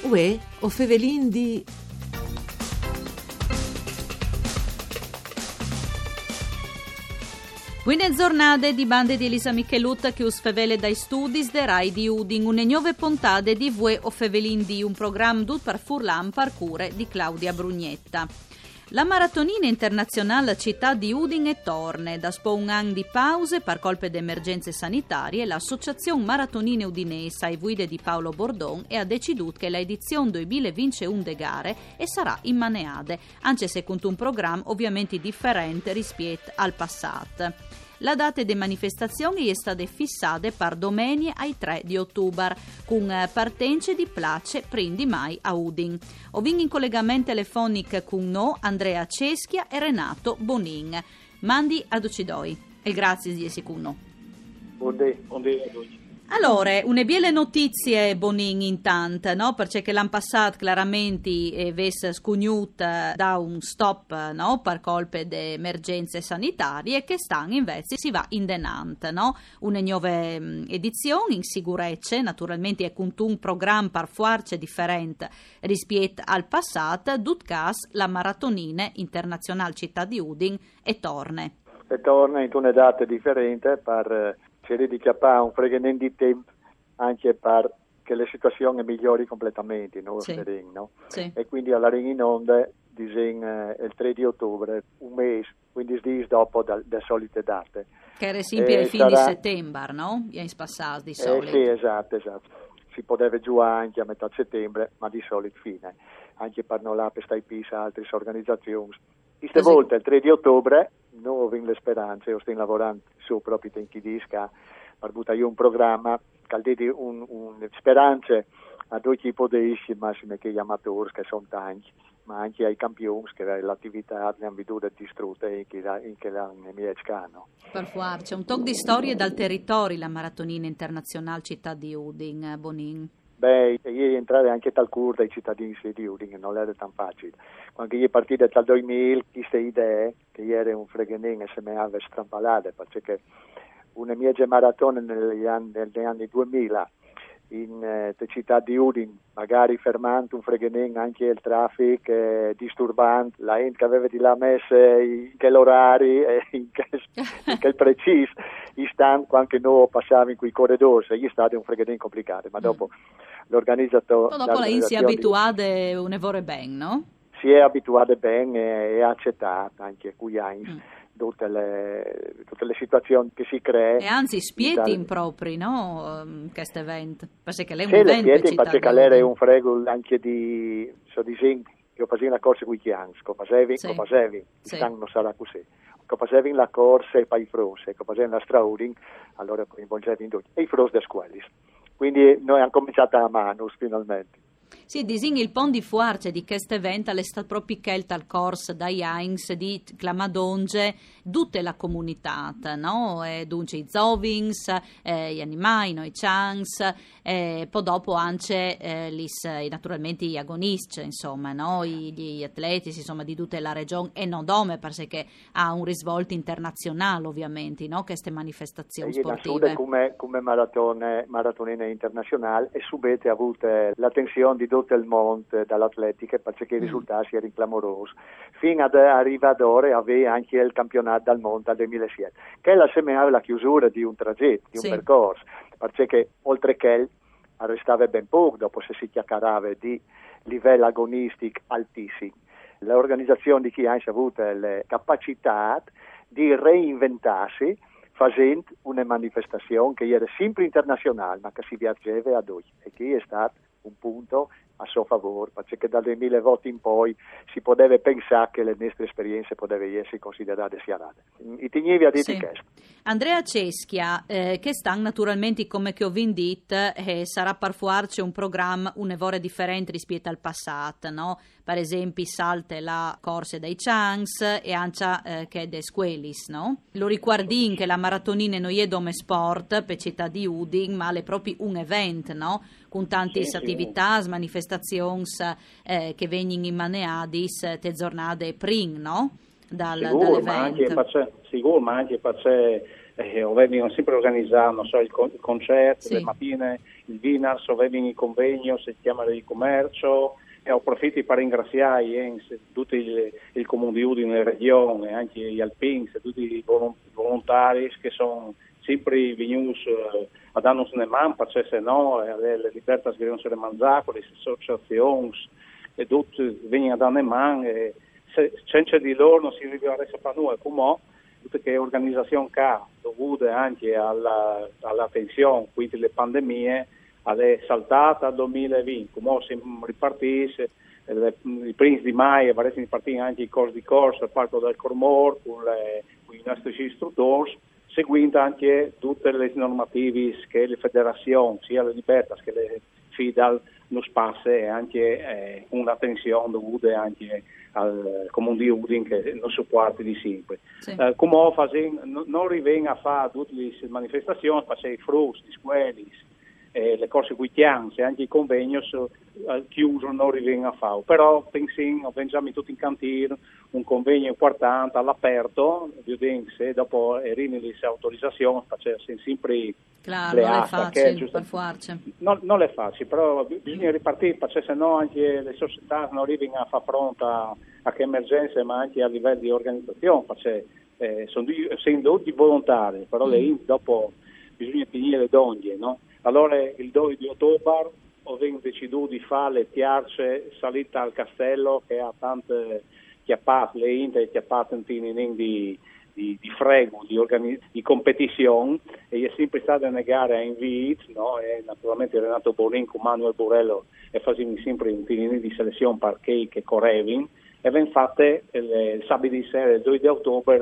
Uè, o fevelin di... Buone giornate di bande di Elisa Michelutta che us fevele dai studi de Rai di Udin, une nuove puntate di Vue o Fevelin di un programma dut par Furlan parcure di Claudia Brugnetta. La maratonina internazionale città di Udin e torne. Da spo un anno di pause per colpe di emergenze sanitarie, l'associazione maratonine udinese ai guide di Paolo Bordon ha deciduto che l'edizione 2021 de gare e sarà in Maneade, anche se con un programma ovviamente differente rispetto al passato. La data delle manifestazioni è stata fissata per domenica ai 3 di ottobre, con partenze di place prima di mai a Udin. Ovin in collegamento telefonico con noi Andrea Ceschia e Renato Bonin. Mandi ad Occidoi e grazie di essere con noi. Buongiorno a tutti. Allora, une biele notizie, Bonin, intanto, no? Perché l'anno passato chiaramente vesse scugnut da un stop, no? Per colpe di emergenze sanitarie che stanno invece si va in denant, no? Une nuove edizioni in sicurezza, naturalmente è con un programma per forze differente rispetto al passato, dutcas la maratonina internazionale città di Udin e torne. E torna in una data differente per cercare di chiappare un fregenen di tempo anche per che le situazioni migliori completamente, no? Sì. No? Sì. E quindi alla ring in onda il 3 di ottobre, un mese, 15 giorni dopo dalle solite date. Che era sempre ai fine di settembre, no? In spassato di solito. Sì, esatto. Si poteva giocare anche a metà settembre, ma di solito fine. Anche per non la pesta i pisa altre organizzazioni. Queste volte, il 3 di ottobre, noi abbiamo le speranze, io sto lavorando su proprio tempi di isca, per buttare un programma che ha speranze a due tipi di isci, massime che gli amatori, che sono tanti, ma anche ai campioni, che l'attività le hanno vedute distrutte in che l'hanno messo. Per fuori, c'è un tocco di storie dal territorio, la maratonina internazionale città di Udin, Bonin. Beh, io entrare anche tal curva ai cittadini di Udin, non era tan facile. Quando io partito dal 2000, queste idee, che io ero un fregenin e se me aveva strampalate, perché una mia maratona negli anni 2000 in città di Udin, magari fermando un fregenin anche il traffico, disturbando, la gente che aveva di là messo in che orari e in che preciso, quando noi passavamo in quei corridoi, è stato un fregenin complicato, ma dopo l'organizzatore... Dopo lei si è abituata un'evore ben, no? Si è abituata bene e ha accettato anche qui tutte le situazioni che si creano. E anzi spieti in propri, no? Questo evento. Perché lei è un sì, evento. Sì, perché lei è un frego anche di io facevo una corsa con i chians, che facevi, non sarà così. Che facevi la corsa e poi i frosse, che facevi la strauding, allora coinvolgevi in tutti. E i frosse da scuolis. Quindi noi abbiamo cominciato a mano finalmente. Sì, disegni il pon di fuarce di questo evento è stato proprio kelta al corso da Heinz di Clamadonge tutta la comunità, no? Dunque i zovings, gli animali, no? I chans, poi dopo anche naturalmente gli agonisti, insomma, no? Gli atleti, insomma, di tutta la regione e non dome perché ha un risvolto internazionale ovviamente, no? Queste manifestazioni sportive. Come maratonina internazionale e subito ha avuto l'attenzione di tutto il mondo dall'atletica perché i risultati erano clamorosi fino ad arrivare ora aveva anche il campionato del mondo al 2007 che la sembrava la chiusura di un tragitto, di un percorso perché oltre che arrestava ben poco dopo se si chiacchierava di livello agonistico altissimo. L'organizzazione di chi ha avuto la capacità di reinventarsi facendo una manifestazione che era sempre internazionale ma che si viaggiava ad oggi e che è stato un punto a suo favore, perché dal 2000 voti in poi si poteva pensare che le nostre esperienze potevano essere considerate siarate. I tegnevi a dire questo. Andrea Ceschia, che sta naturalmente, come che ho vendito, sarà per fuarci un programma un'evore differente rispetto al passato, no? Per esempio, salte la corsa dei chance e anche che de squelis, no? Lo riguardin che la maratonina non è dome sport per città di Udin, ma è proprio un evento, no? Con tante attività, manifestazioni che vengono in maneadis te giornate prim, no? Dall'evento. Ma anche perché vengono sempre organizzati, non so, il concerto, le mattine il Vinar, sono convegno, si chiama di commercio, e approfitto per ringraziare tutti il Comune di Udine, la Regione, anche gli Alpins, tutti i volontari che sono sempre venuti a darnos una mano, perché se no le libertà che non si mangiano, le associazioni, e tutti vengono a dare una mano, e senza di loro non si arriverebbe a noi, come tutte le organizzazioni che dovute anche alla tensione, quindi le pandemie, è saltata al 2020, come si ripartisse i primi di mai varesi ripartiti anche i corsi di corso al Parco del Cormor con i nostri istruttori, seguendo anche tutte le normative che le federazioni, sia le libertà che le FIDAL, non spassa e anche un'attenzione dovuta anche al Comune di Udine che non supporta di sempre. Sì. Come non rivenga a fare tutte le manifestazioni, ma c'è i frusti, i squeli, le corse guitiane, anche i convegni chiusi non rivengono a fare, però pensiamo, veniamo tutti in cantina, un convegno importante all'aperto, se dopo rinnovi le autorizzazioni, facendo sempre claro, le non è facile per farci. Non è facile, però bisogna ripartire, perché se no anche le società non arrivano a far fronte a che emergenze, ma anche a livello di organizzazione, perché essendo tutti volontari, però dopo bisogna finire le donne, no? Allora il 2 di ottobre abbiamo deciso di fare le tiarce salita al castello che ha tante chiappate, le inte chiappate di frego, di competizione, e è sempre stata una gara in VIT, no? E naturalmente Renato Bonin con Manuel Borello e facevano sempre un tinino di selezione per che correvano, e ben fatte il sabato di sera, il 2 di ottobre,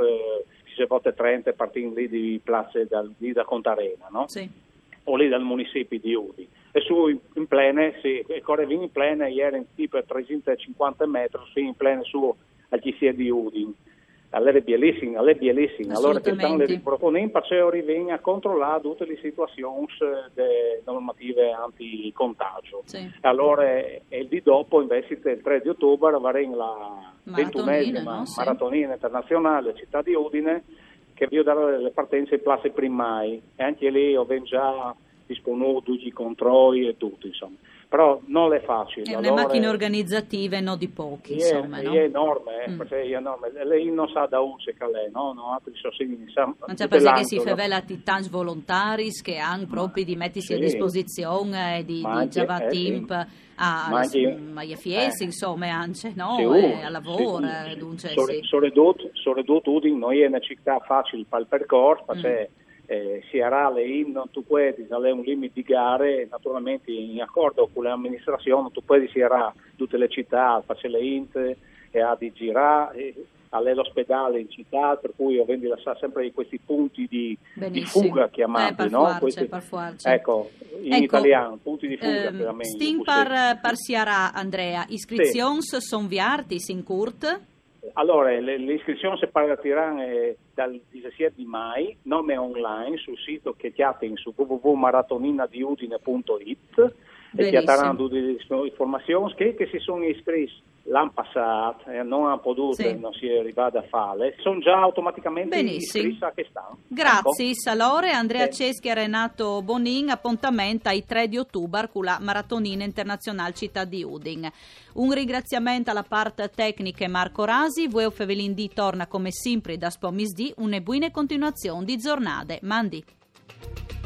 si volte 30 partendo lì di Piazza da Contarena, no? Sì. O lì dal municipio di Udine. E su in plene, correvano in plene, ieri in tipo 350 metri, in plene su al GC di Udine. All'era bellissima. Allora che stanno le riproponendo, perché riviene a controllare tutte le situazioni normative anti-contagio. Sì. Allora, il di dopo, invece, il 3 di ottobre, avremo la 21esima maratonina internazionale a Città di Udine, che vi dare le partenze in place primai, e anche lì ho già disponuti i controlli e tutto, insomma. Però non è facile. È una macchina organizzative, no di pochi, insomma. È enorme, perché è enorme. Lei non sa da un se calè, no? Altri sostegni, non c'è perché si fa tanti volontari che hanno proprio di mettersi a disposizione di Java Team a fiesi, insomma, anche, no? A lavoro, dunque soprattutto Udine non è una città facile per il percorso, perché si era tu puoi avere un limite di gare, naturalmente in accordo con l'amministrazione tu puoi girare tutte le città, fare le int e a di girare all'ospedale in città, per cui ho vendi lasciare sempre questi punti di fuga chiamati, no? Ecco, italiano, punti di fuga veramente. Stin par siara Andrea, iscrizioni sono viartis in curt? Allora, le iscrizioni si partiranno dal 17 di mai, nome online sul sito che chiate su www.maratoninadiudine.it e chiateranno tutte le informazioni che si sono iscritti l'anno passato e non hanno potuto, non si è arrivati a fare, sono già automaticamente iscritti a quest'anno. Grazie, ecco. Salore, Andrea Ceschi e Renato Bonin, appuntamento ai 3 di ottobre con la Maratonina Internazionale Città di Udine. Un ringraziamento alla parte tecnica Marco Rasi, Vueo Fevelin D torna come sempre da Spomisdi, una buona continuazione di giornate. Mandi.